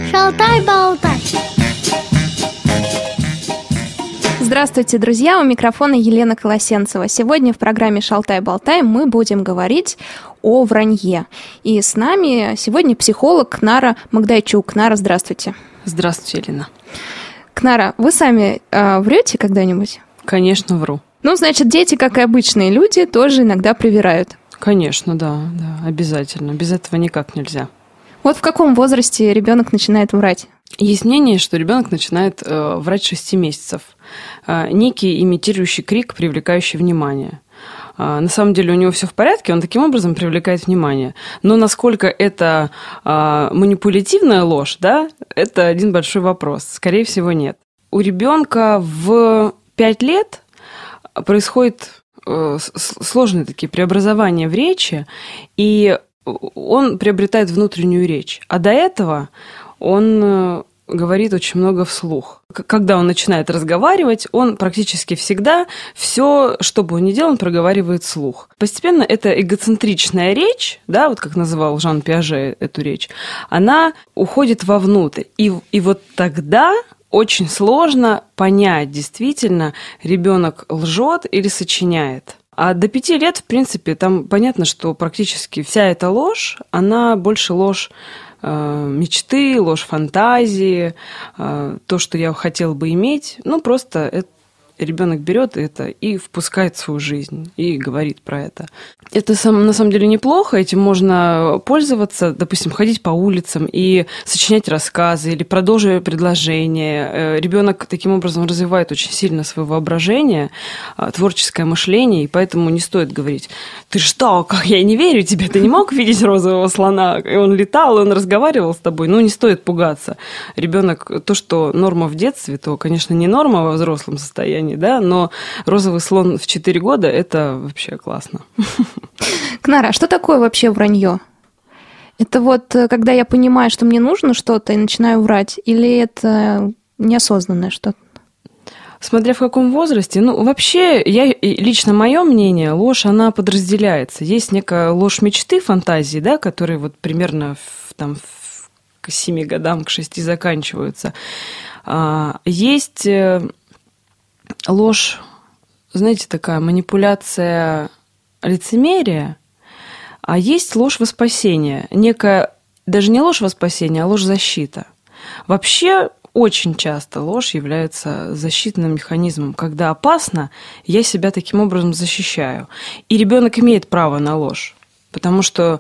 Шалтай-болтай. Здравствуйте, друзья! У микрофона Елена Колосенцева. Сегодня в программе «Шалтай-болтай» мы будем говорить о вранье. И с нами сегодня психолог Кнара Магдайчук. Кнара, здравствуйте. Здравствуйте, Елена. Кнара, вы сами врете когда-нибудь? Конечно, вру. Ну, значит, дети, как и обычные люди, тоже иногда привирают. Конечно, да, обязательно. Без этого никак нельзя. Вот в каком возрасте ребенок начинает врать? Есть мнение, что ребенок начинает врать 6 месяцев. Некий имитирующий крик, привлекающий внимание. На самом деле у него все в порядке, он таким образом привлекает внимание. Но насколько это манипулятивная ложь, да, это один большой вопрос. Скорее всего, нет. У ребенка в 5 лет происходят сложные такие преобразования в речи, и он приобретает внутреннюю речь. А до этого он говорит очень много вслух. Когда он начинает разговаривать, он практически всегда все, что бы он ни делал, он проговаривает вслух. Постепенно эта эгоцентричная речь, да, вот как называл Жан Пиаже эту речь, она уходит вовнутрь. И вот тогда очень сложно понять, действительно, ребенок лжет или сочиняет. А до 5 лет, в принципе, там понятно, что практически вся эта ложь, она больше ложь мечты, ложь фантазии, то, что я хотел бы иметь. Ну, просто ребенок берет это и впускает в свою жизнь и говорит про это. Это на самом деле неплохо, этим можно пользоваться, допустим, ходить по улицам и сочинять рассказы или продолжить предложения. Ребенок таким образом развивает очень сильно свое воображение, творческое мышление, и поэтому не стоит говорить: «Ты что, как я не верю тебе, ты не мог видеть розового слона, и он летал, и он разговаривал с тобой». Ну, не стоит пугаться. Ребенок, то, что норма в детстве, то, конечно, не норма во взрослом состоянии, да, но розовый слон в 4 года – это вообще классно. Кнара, а что такое вообще вранье? Это вот когда я понимаю, что мне нужно что-то, и начинаю врать, или это неосознанное что-то? Смотря в каком возрасте. Ну, вообще, лично мое мнение, ложь, она подразделяется. Есть некая ложь мечты, фантазии, да, которые вот примерно к 7 годам, к 6 заканчиваются. Есть ложь, знаете, такая манипуляция лицемерия, а есть ложь во спасение. Некая, даже не ложь во спасение, а ложь защита. Вообще, очень часто ложь является защитным механизмом. Когда опасно, я себя таким образом защищаю. И ребенок имеет право на ложь. Потому что,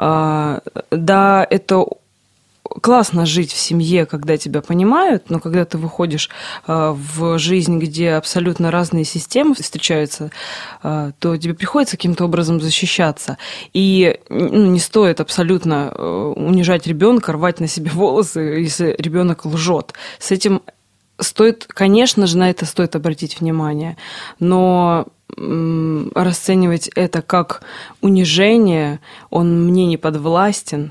да, это классно жить в семье, когда тебя понимают, но когда ты выходишь в жизнь, где абсолютно разные системы встречаются, то тебе приходится каким-то образом защищаться. И не стоит абсолютно унижать ребенка, рвать на себе волосы, если ребенок лжет. С этим стоит, конечно же, на это стоит обратить внимание, но расценивать это как унижение, он мне не подвластен,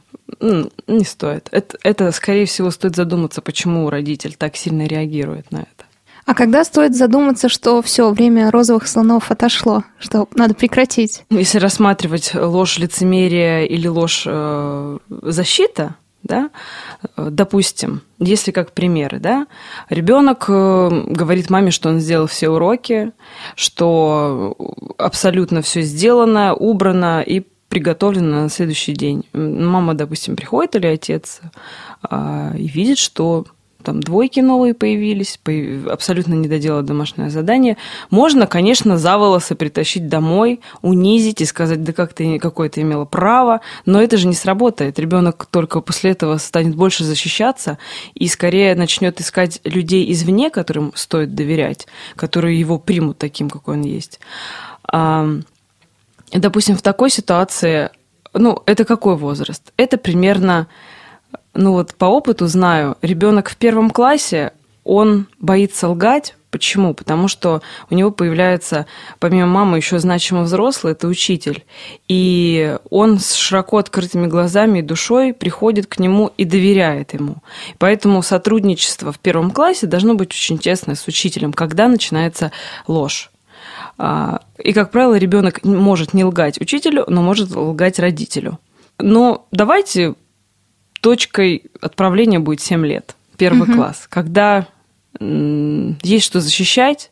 не стоит. Это, скорее всего, стоит задуматься, почему родитель так сильно реагирует на это. А когда стоит задуматься, что все, время розовых слонов отошло, что надо прекратить? Если рассматривать ложь лицемерия или ложь защита, да, допустим, если как примеры, да, ребенок говорит маме, что он сделал все уроки, что абсолютно все сделано, убрано и приготовлено на следующий день. Мама, допустим, приходит или отец и видит, что там двойки новые появились, абсолютно не доделала домашнее задание. Можно, конечно, за волосы притащить домой, унизить и сказать: да какое ты имела право, но это же не сработает. Ребенок только после этого станет больше защищаться и скорее начнет искать людей извне, которым стоит доверять, которые его примут таким, какой он есть. Допустим, в такой ситуации, это какой возраст? Это примерно, по опыту знаю, ребенок в 1 классе, он боится лгать. Почему? Потому что у него появляется, помимо мамы, еще значимый взрослый, это учитель. И он с широко открытыми глазами и душой приходит к нему и доверяет ему. Поэтому сотрудничество в 1 классе должно быть очень тесное с учителем, когда начинается ложь. И, как правило, ребенок может не лгать учителю, но может лгать родителю. Но давайте точкой отправления будет 7 лет, первый класс, когда есть что защищать,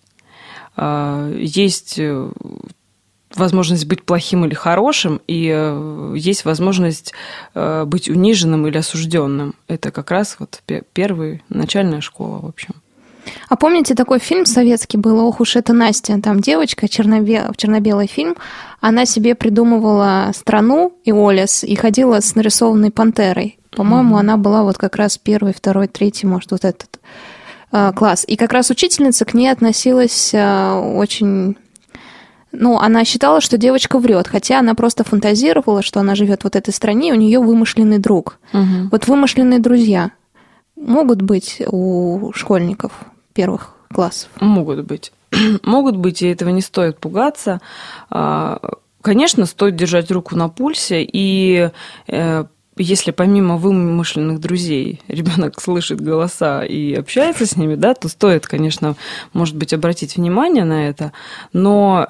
есть возможность быть плохим или хорошим, и есть возможность быть униженным или осужденным. Это как раз вот первая начальная школа, в общем. А помните, такой фильм советский был «Ох уж это Настя», там девочка, черно-белый фильм, она себе придумывала страну Иолис и ходила с нарисованной пантерой. По-моему, она была вот как раз 1, 2, 3, может, вот этот класс. И как раз учительница к ней относилась очень... Ну, она считала, что девочка врет, хотя она просто фантазировала, что она живет в вот этой стране, и у нее вымышленный друг. Вот вымышленные друзья могут быть у школьников первых классов? Могут быть. Могут быть, и этого не стоит пугаться. Конечно, стоит держать руку на пульсе, и если помимо вымышленных друзей ребенок слышит голоса и общается с ними, да, то стоит, конечно, может быть, обратить внимание на это, но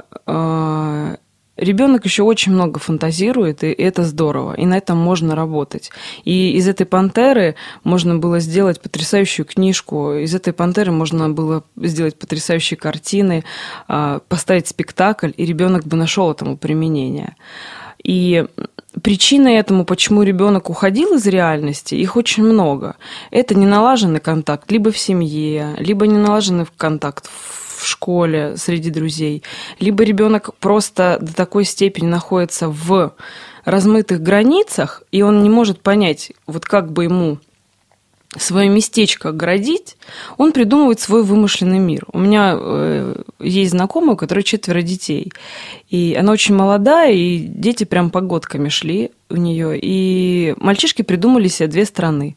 ребенок еще очень много фантазирует, и это здорово, и на этом можно работать. И из этой пантеры можно было сделать потрясающую книжку, из этой пантеры можно было сделать потрясающие картины, поставить спектакль, и ребенок бы нашел этому применение. И причины этому, почему ребенок уходил из реальности, их очень много. Это неналаженный контакт либо в семье, либо неналаженный контакт в школе среди друзей, либо ребенок просто до такой степени находится в размытых границах, и он не может понять, вот как бы ему свое местечко оградить, он придумывает свой вымышленный мир. У меня есть знакомая, у которой 4 детей, и она очень молодая, и дети прям погодками шли у нее, и мальчишки придумали себе 2 страны.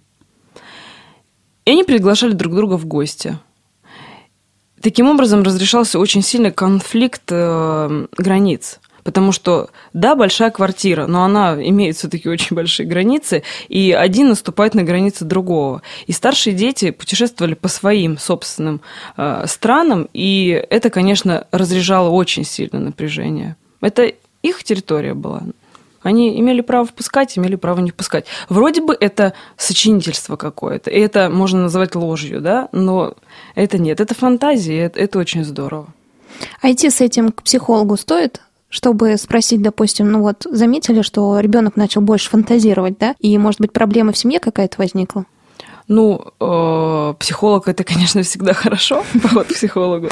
И они приглашали друг друга в гости. Таким образом разрешался очень сильный конфликт границ. Потому что, да, большая квартира, но она имеет все-таки очень большие границы, и один наступает на границы другого. И старшие дети путешествовали по своим собственным странам, и это, конечно, разряжало очень сильно напряжение. Это их территория была. Они имели право впускать, имели право не впускать. Вроде бы это сочинительство какое-то, и это можно называть ложью, да, но это нет, это фантазия, это очень здорово. А идти с этим к психологу стоит? Чтобы спросить, допустим, ну вот заметили, что ребенок начал больше фантазировать, да, и, может быть, проблема в семье какая-то возникла? Ну, психолог – это, конечно, всегда хорошо, поход к психологу,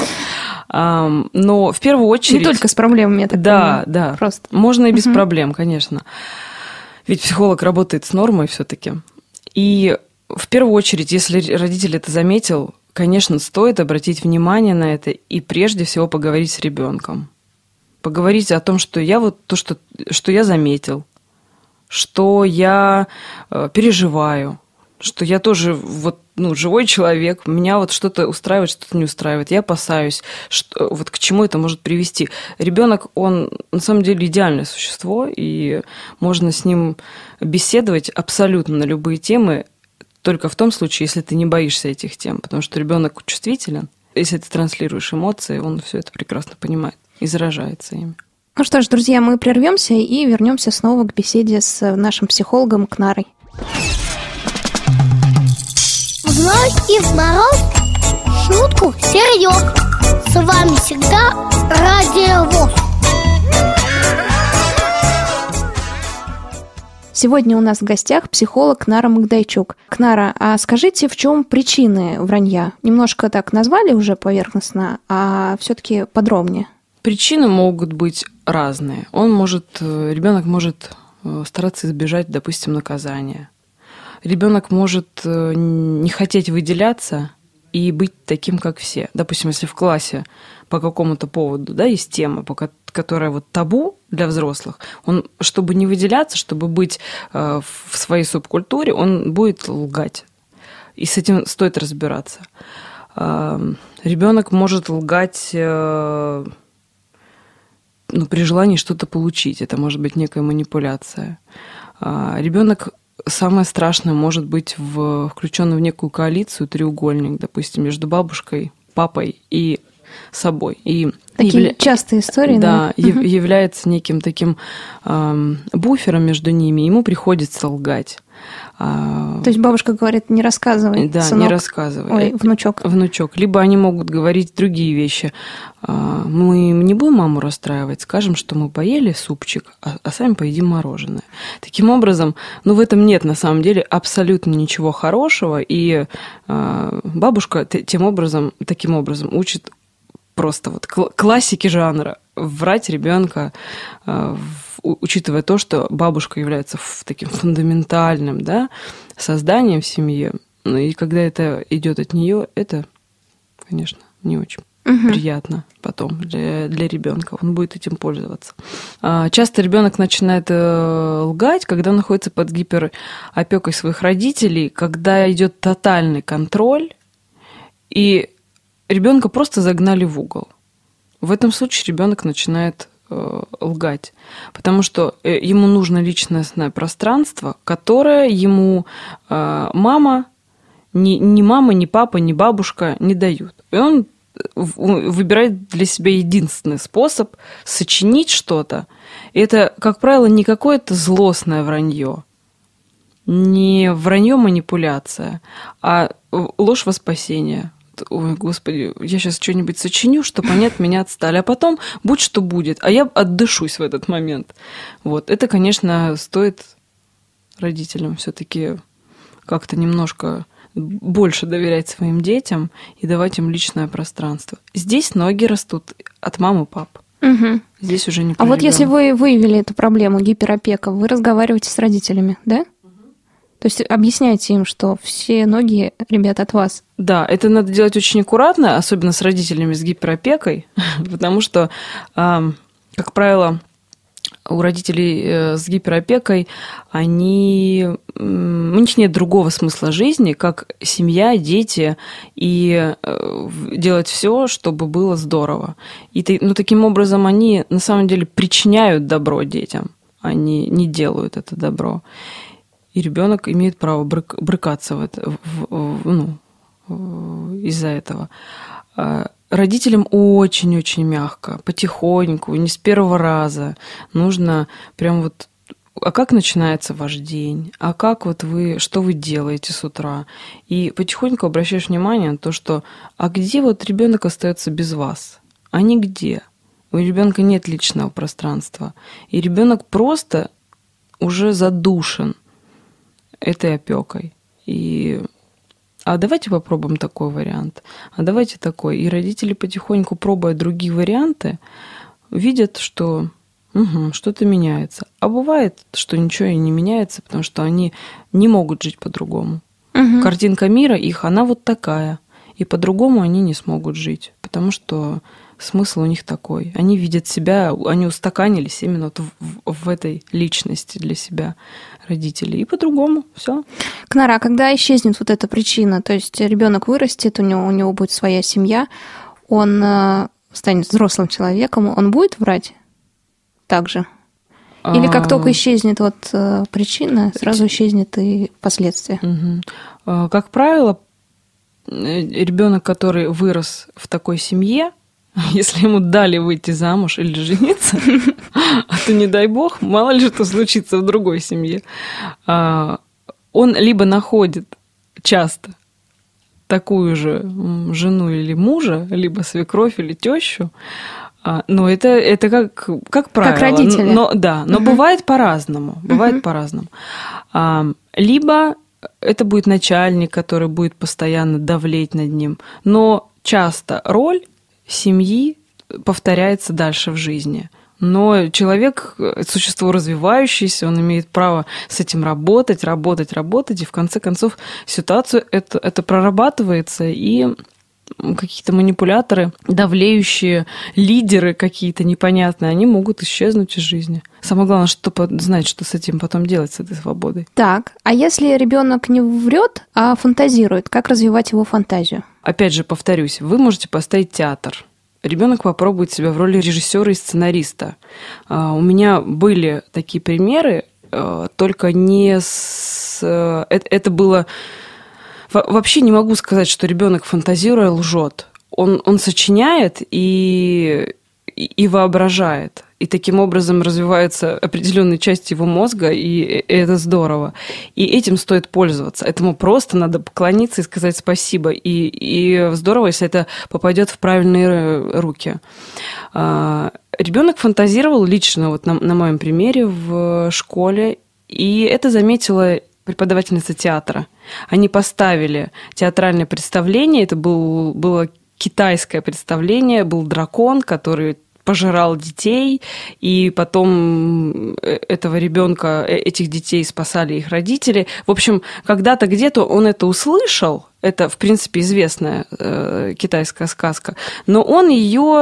но в первую очередь… Не только с проблемами, я так понимаю. Да, просто. Можно и без проблем, конечно. Ведь психолог работает с нормой все-таки. И в первую очередь, если родитель это заметил, конечно, стоит обратить внимание на это и прежде всего поговорить с ребенком. Поговорить о том, что я вот то, что я заметил, что я переживаю, что я тоже вот, ну, живой человек, меня вот что-то устраивает, что-то не устраивает, я опасаюсь, вот к чему это может привести. Ребенок, он на самом деле идеальное существо, и можно с ним беседовать абсолютно на любые темы, только в том случае, если ты не боишься этих тем, потому что ребенок чувствителен, если ты транслируешь эмоции, он все это прекрасно понимает и заражается ими. Ну что ж, друзья, мы прервемся и вернемся снова к беседе с нашим психологом Кнарой. В ночь и в мороз шутку серьез. С вами всегда Радио ВОС. Сегодня у нас в гостях психолог Кнара Магдайчук. Кнара, а скажите, в чем причины вранья? Немножко так назвали уже поверхностно, а все-таки подробнее. Причины могут быть разные. Ребенок может стараться избежать, допустим, наказания. Ребенок может не хотеть выделяться и быть таким, как все. Допустим, если в классе по какому-то поводу, да, есть тема, которая вот табу для взрослых, он, чтобы не выделяться, чтобы быть в своей субкультуре, он будет лгать. И с этим стоит разбираться. Ребенок может лгать при желании что-то получить. Это может быть некая манипуляция. Ребенок, самое страшное, может быть включен в некую коалицию, треугольник, допустим, между бабушкой, папой и собой. И такие частые истории, да? Является неким таким буфером между ними, ему приходится лгать. То есть бабушка говорит, не рассказывай, да, сынок. Не рассказывай. Ой, внучок. Внучок. Либо они могут говорить другие вещи. Мы не будем маму расстраивать, скажем, что мы поели супчик, а сами поедим мороженое. Таким образом, в этом нет на самом деле абсолютно ничего хорошего, и бабушка таким образом учит просто вот классики жанра врать ребенка, учитывая то, что бабушка является таким фундаментальным, да, созданием в семье. И когда это идет от нее, это, конечно, не очень приятно потом для ребенка. Он будет этим пользоваться. Часто ребенок начинает лгать, когда находится под гиперопекой своих родителей, когда идет тотальный контроль, и ребенка просто загнали в угол. В этом случае ребенок начинает лгать, потому что ему нужно личностное пространство, которое ему мама, ни мама, ни папа, ни бабушка не дают. И он выбирает для себя единственный способ сочинить что-то. И это, как правило, не какое-то злостное вранье, не вранье манипуляция, а ложь во спасение. Ой, Господи, я сейчас что-нибудь сочиню, чтобы они от меня отстали, а потом будь что будет, а я отдышусь в этот момент. Вот. Это, конечно, стоит родителям все-таки как-то немножко больше доверять своим детям и давать им личное пространство. Здесь ноги растут от мам и пап. Угу. Здесь уже не А вот если вы выявили эту проблему гиперопека, вы разговариваете с родителями, да? То есть объясняйте им, что все ноги, ребят, от вас. Да, это надо делать очень аккуратно, особенно с родителями с гиперопекой, потому что, как правило, у родителей с гиперопекой у них нет другого смысла жизни, как семья, дети, и делать все, чтобы было здорово. И таким образом они на самом деле причиняют добро детям, они не делают это добро. И ребенок имеет право брыкаться из-за этого. Родителям очень-очень мягко, потихоньку, не с первого раза. Нужно прям вот... А как начинается ваш день? А как что вы делаете с утра? И потихоньку обращаешь внимание на то, что... А где ребенок остается без вас? А нигде. У ребенка нет личного пространства. И ребенок просто уже задушен этой опекой. А давайте попробуем такой вариант, а давайте такой. И родители потихоньку, пробуя другие варианты, видят, что что-то меняется. А бывает, что ничего и не меняется, потому что они не могут жить по-другому. Угу. Картинка мира их, она вот такая. И по-другому они не смогут жить, потому что смысл у них такой. Они видят себя, они устаканились именно в этой личности для себя родителей. И по-другому все. Кнара, а когда исчезнет вот эта причина, то есть ребенок вырастет, у него будет своя семья, он станет взрослым человеком, он будет врать также? Или как только исчезнет причина, сразу исчезнет и последствия? Угу. Как правило, ребенок, который вырос в такой семье, если ему дали выйти замуж или жениться, а то, не дай бог, мало ли что случится в другой семье, он либо находит часто такую же жену или мужа, либо свекровь или тещу, но это как правило. Как родители. Но бывает по-разному. Бывает по-разному. Либо это будет начальник, который будет постоянно давлеть над ним, но часто роль семьи повторяется дальше в жизни. Но человек – существо развивающееся, он имеет право с этим работать, и в конце концов ситуацию это прорабатывается, и какие-то манипуляторы, давлеющие, лидеры какие-то непонятные, они могут исчезнуть из жизни. Самое главное, знать, что с этим потом делать, с этой свободой. Так, а если ребенок не врет, а фантазирует, как развивать его фантазию? Опять же, повторюсь, вы можете поставить театр. Ребенок попробует себя в роли режиссера и сценариста. У меня были такие примеры, только не с... Это было... Вообще не могу сказать, что ребенок, фантазируя, лжет. он сочиняет и воображает. И таким образом развиваются определенные части его мозга, и это здорово. И этим стоит пользоваться. Этому просто надо поклониться и сказать спасибо. И здорово, если это попадет в правильные руки. Ребенок фантазировал лично, вот на моем примере, в школе, и это заметила преподавательница театра. Они поставили театральное представление, это было китайское представление, был дракон, который пожирал детей, и потом этого ребенка, этих детей спасали их родители. В общем, когда-то где-то он это услышал, это, в принципе, известная китайская сказка, но он ее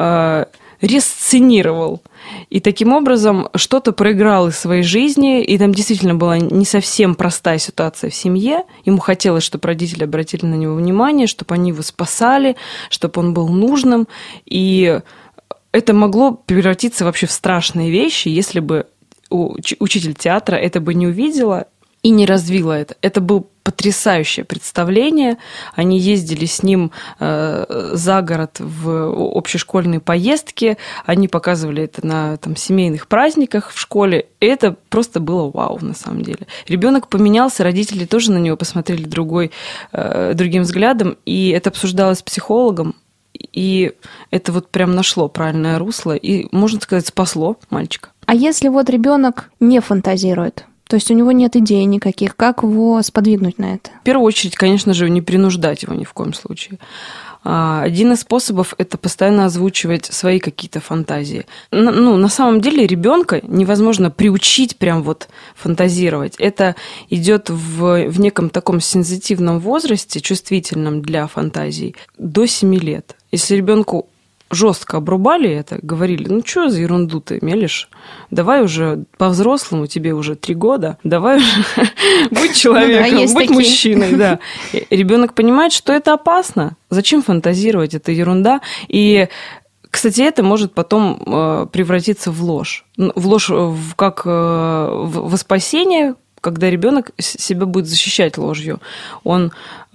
ресценировал. И таким образом что-то проиграл из своей жизни, и там действительно была не совсем простая ситуация в семье. Ему хотелось, чтобы родители обратили на него внимание, чтобы они его спасали, чтобы он был нужным. И это могло превратиться вообще в страшные вещи, если бы учитель театра это бы не увидела и не развила это. Это было потрясающее представление. Они ездили с ним за город в общешкольные поездки. Они показывали это на семейных праздниках в школе. И это просто было вау, на самом деле. Ребенок поменялся, родители тоже на него посмотрели другим взглядом. И это обсуждалось с психологом. И это вот прям нашло правильное русло и, можно сказать, спасло мальчика. А если вот ребенок не фантазирует? То есть у него нет идей никаких, как его сподвигнуть на это? В первую очередь, конечно же, не принуждать его ни в коем случае. Один из способов – это постоянно озвучивать свои какие-то фантазии. На самом деле ребенка невозможно приучить прям вот фантазировать. Это идет в неком таком сенситивном возрасте, чувствительном для фантазий, до 7 лет. Если ребенку жестко обрубали это, говорили, что за ерунду ты мелешь, давай уже по-взрослому, тебе уже 3 года, давай уже будь человеком, будь мужчиной. Да. Ребенок понимает, что это опасно, зачем фантазировать, это ерунда. И, кстати, это может потом превратиться в ложь. В ложь как во спасение, когда ребенок себя будет защищать ложью. Он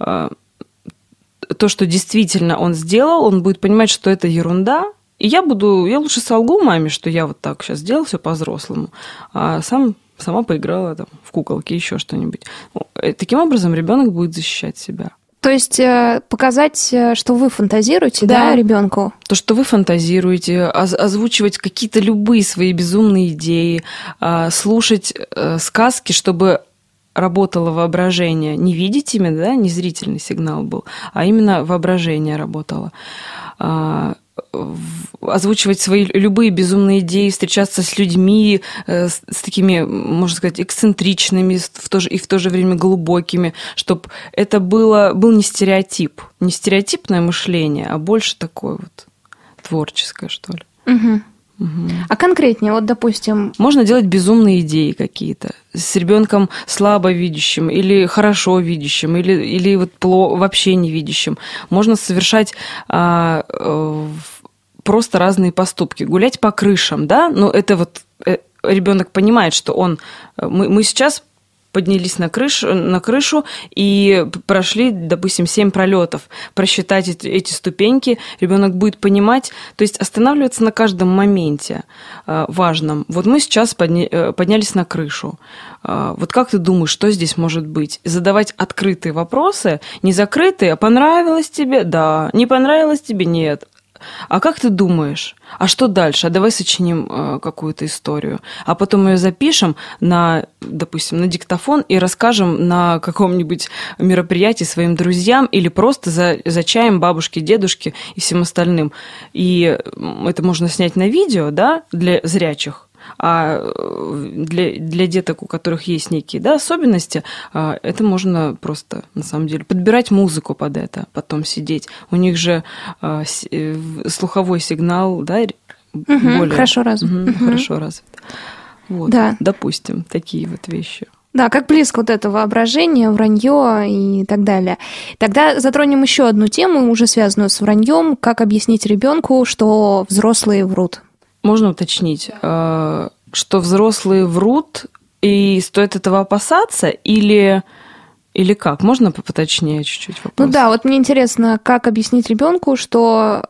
то, что действительно он сделал, он будет понимать, что это ерунда, и я лучше солгу маме, что я вот так сейчас сделал все по-взрослому, а сама поиграла в куколки, еще что-нибудь. Таким образом ребенок будет защищать себя. То есть показать, что вы фантазируете, да, ребенку? То, что вы фантазируете, озвучивать какие-то любые свои безумные идеи, слушать сказки, чтобы работало воображение. Не видеть ими, да, не зрительный сигнал был, а именно воображение работало. Озвучивать свои любые безумные идеи, встречаться с людьми, с такими, можно сказать, эксцентричными, и в то же время глубокими, чтобы это был не стереотип, не стереотипное мышление, а больше такое вот творческое, что ли. Угу. А конкретнее, вот, допустим... Можно делать безумные идеи какие-то с ребенком слабо видящим или хорошо видящим, или вот вообще не видящим. Можно совершать просто разные поступки. Гулять по крышам, да? Но это вот ребенок понимает, что мы сейчас поднялись на крышу и прошли, допустим, 7 пролетов. Просчитать эти ступеньки ребенок будет понимать, то есть останавливаться на каждом моменте важном. Вот мы сейчас поднялись на крышу. Вот как ты думаешь, что здесь может быть? Задавать открытые вопросы, не закрытые, а понравилось тебе? Да. Не понравилось тебе? Нет. А как ты думаешь? А что дальше? А давай сочиним какую-то историю. А потом ее запишем допустим, на диктофон и расскажем на каком-нибудь мероприятии своим друзьям или просто за чаем бабушке, дедушке и всем остальным. И это можно снять на видео, да, для зрячих. А для деток, у которых есть некие особенности, это можно просто, на самом деле, подбирать музыку под это, потом сидеть. У них же слуховой сигнал, да, более... Хорошо развит. Хорошо развит. Вот, да. Допустим, такие вот вещи. Да, как близко вот это воображение, вранье и так далее. Тогда затронем еще одну тему, уже связанную с враньем. Как объяснить ребенку, что взрослые врут? Можно уточнить, что взрослые врут, и стоит этого опасаться, или Или как? Можно поточнее чуть-чуть вопрос? Ну да, вот мне интересно, как объяснить ребенку, что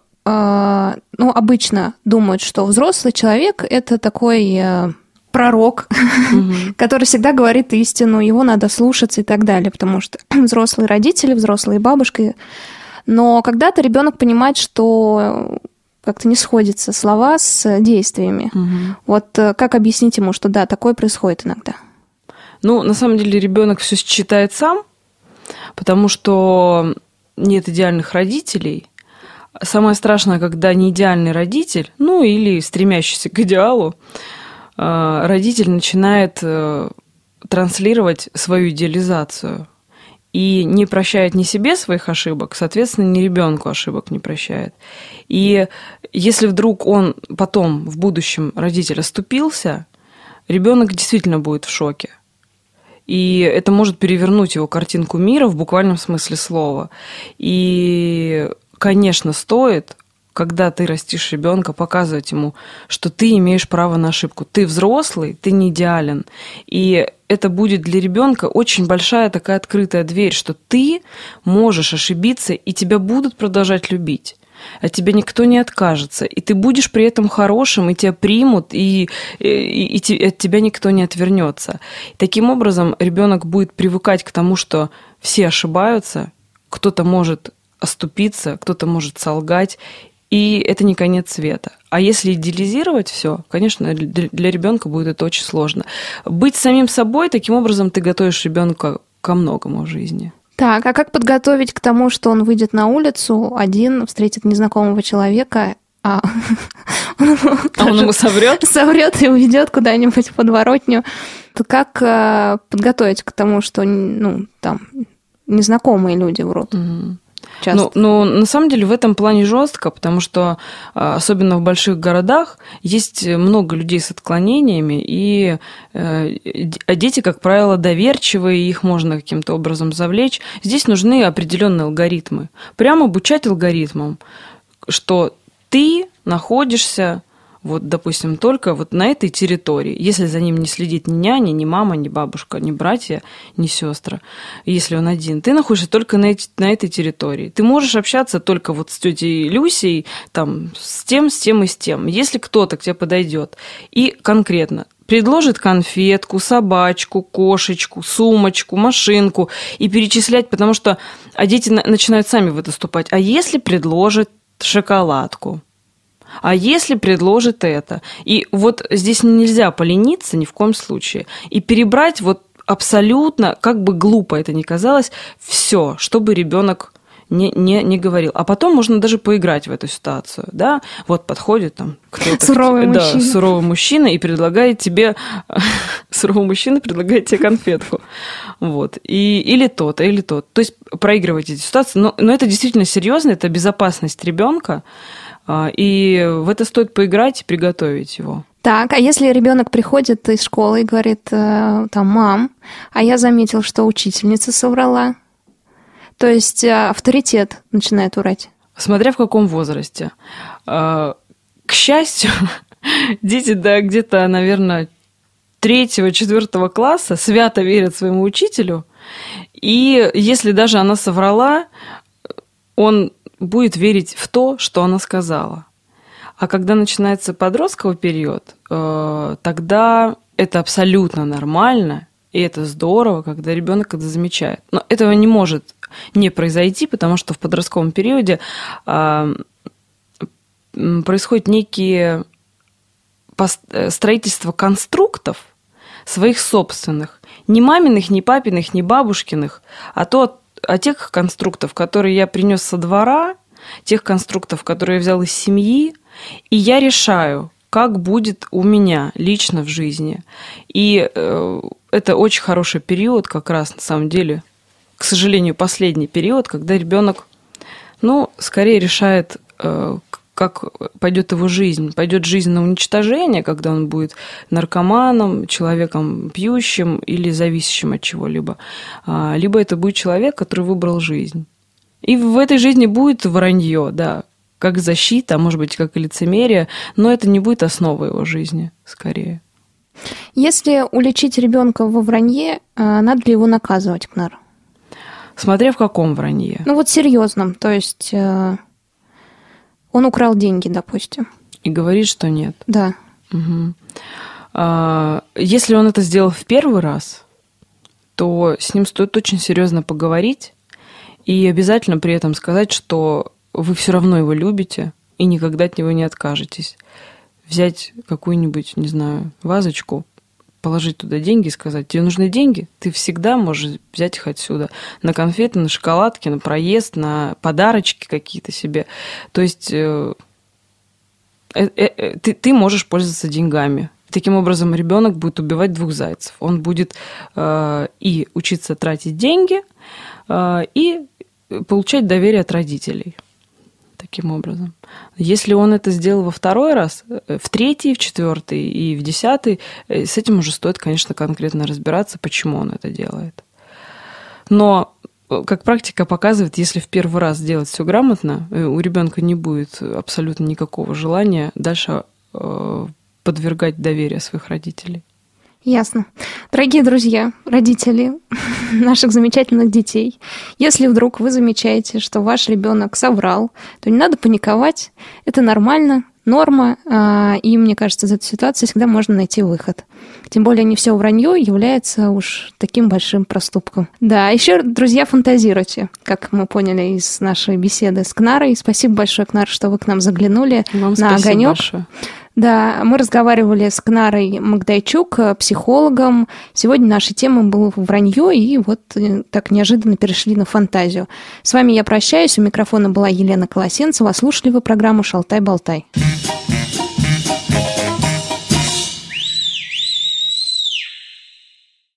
обычно думают, что взрослый человек – это такой пророк, который всегда говорит истину, его надо слушаться и так далее, потому что взрослые родители, взрослые бабушки. Но когда-то ребенок понимает, что как-то не сходятся слова с действиями. Вот как объяснить ему, что да, такое происходит иногда? Ну, на самом деле, ребенок все считает сам, потому что нет идеальных родителей. Самое страшное, когда не идеальный родитель, ну или стремящийся к идеалу, родитель начинает транслировать свою идеализацию и не прощает ни себе своих ошибок, соответственно, ни ребенку ошибок не прощает. И если вдруг он потом, в будущем, родитель оступился, ребенок действительно будет в шоке. И это может перевернуть его картинку мира в буквальном смысле слова. И, конечно, стоит, когда ты растишь ребенка, показывать ему, что ты имеешь право на ошибку. Ты взрослый, ты не идеален. И это будет для ребенка очень большая такая открытая дверь, что ты можешь ошибиться, и тебя будут продолжать любить. От тебя никто не откажется, и ты будешь при этом хорошим, и тебя примут, и от тебя никто не отвернется. Таким образом, ребенок будет привыкать к тому, что все ошибаются, кто-то может оступиться, кто-то может солгать, и это не конец света. А если идеализировать все, конечно, для ребенка будет это очень сложно. Быть самим собой, таким образом ты готовишь ребенка ко многому в жизни. Так, а как подготовить к тому, что он выйдет на улицу один, встретит незнакомого человека, он ему соврет? Соврет и уведет куда-нибудь в подворотню. То как подготовить к тому, что там незнакомые люди врут? Часто. Ну, на самом деле в этом плане жестко, потому что особенно в больших городах есть много людей с отклонениями, и дети, как правило, доверчивые, их можно каким-то образом завлечь. Здесь нужны определенные алгоритмы. Прямо обучать алгоритмам, что ты находишься, вот, допустим, только вот на этой территории. Если за ним не следит ни няня, ни мама, ни бабушка, ни братья, ни сестры, если он один, ты находишься только на этой территории. Ты можешь общаться только вот с тетей Люсей, там, с тем и с тем. Если кто-то к тебе подойдет и конкретно предложит конфетку, собачку, кошечку, сумочку, машинку и перечислять, потому что дети начинают сами в это вступать. А если предложит шоколадку? А если предложит это? И вот здесь нельзя полениться ни в коем случае. И перебрать вот абсолютно, как бы глупо это ни казалось, все, чтобы ребенок не говорил. А потом можно даже поиграть в эту ситуацию. Да? Вот подходит там кто-то. Суровый мужчина и предлагает тебе... Суровый мужчина предлагает тебе конфетку. Вот. Или то-то, или то. То есть проигрывать эти ситуации. Но это действительно серьезно, это безопасность ребенка. И в это стоит поиграть и приготовить его. Так, а если ребенок приходит из школы и говорит, мам, а я заметил, что учительница соврала, то есть авторитет начинает врать? Смотря в каком возрасте. К счастью, дети где-то, наверное, 3-4 класса свято верят своему учителю, и если даже она соврала, он будет верить в то, что она сказала. А когда начинается подростковый период, тогда это абсолютно нормально, и это здорово, когда ребенок это замечает. Но этого не может не произойти, потому что в подростковом периоде происходит некие строительство конструктов своих собственных. Не маминых, не папиных, не бабушкиных, а тех конструктов, которые я принес со двора, тех конструктов, которые я взял из семьи, и я решаю, как будет у меня лично в жизни. И это очень хороший период, как раз на самом деле, к сожалению, последний период, когда ребенок, скорее решает, как пойдет его жизнь. Пойдет жизнь на уничтожение, когда он будет наркоманом, человеком пьющим или зависящим от чего-либо. Либо это будет человек, который выбрал жизнь. И в этой жизни будет вранье, да, как защита, а может быть, как и лицемерие, но это не будет основой его жизни, скорее. Если уличить ребенка во вранье, надо ли его наказывать, Кнара? Смотря в каком вранье. Ну вот серьезном, то есть он украл деньги, допустим. И говорит, что нет. Да. Угу. Если он это сделал в первый раз, то с ним стоит очень серьезно поговорить и обязательно при этом сказать, что вы все равно его любите и никогда от него не откажетесь. Взять какую-нибудь, не знаю, вазочку, положить туда деньги и сказать: тебе нужны деньги, ты всегда можешь взять их отсюда. На конфеты, на шоколадки, на проезд, на подарочки какие-то себе. То есть ты можешь пользоваться деньгами. Таким образом, ребенок будет убивать двух зайцев. Он будет и учиться тратить деньги, и получать доверие от родителей. Таким образом. Если он это сделал во второй раз, в третий, в четвертый и в 10, с этим уже стоит, конечно, конкретно разбираться, почему он это делает. Но, как практика показывает, если в первый раз делать все грамотно, у ребенка не будет абсолютно никакого желания дальше подвергать доверие своих родителей. Ясно. Дорогие друзья, родители наших замечательных детей, если вдруг вы замечаете, что ваш ребенок соврал, то не надо паниковать. Это нормально, норма, и, мне кажется, из этой ситуации всегда можно найти выход. Тем более не все вранье является уж таким большим проступком. Да, еще, друзья, фантазируйте, как мы поняли из нашей беседы с Кнарой. Спасибо большое, Кнара, что вы к нам заглянули на огонек. Большое. Да, мы разговаривали с Кнарой Магдайчук, психологом. Сегодня нашей темой было вранье, и вот так неожиданно перешли на фантазию. С вами я прощаюсь. У микрофона была Елена Колосенцева. Слушали вы программу «Шалтай-болтай».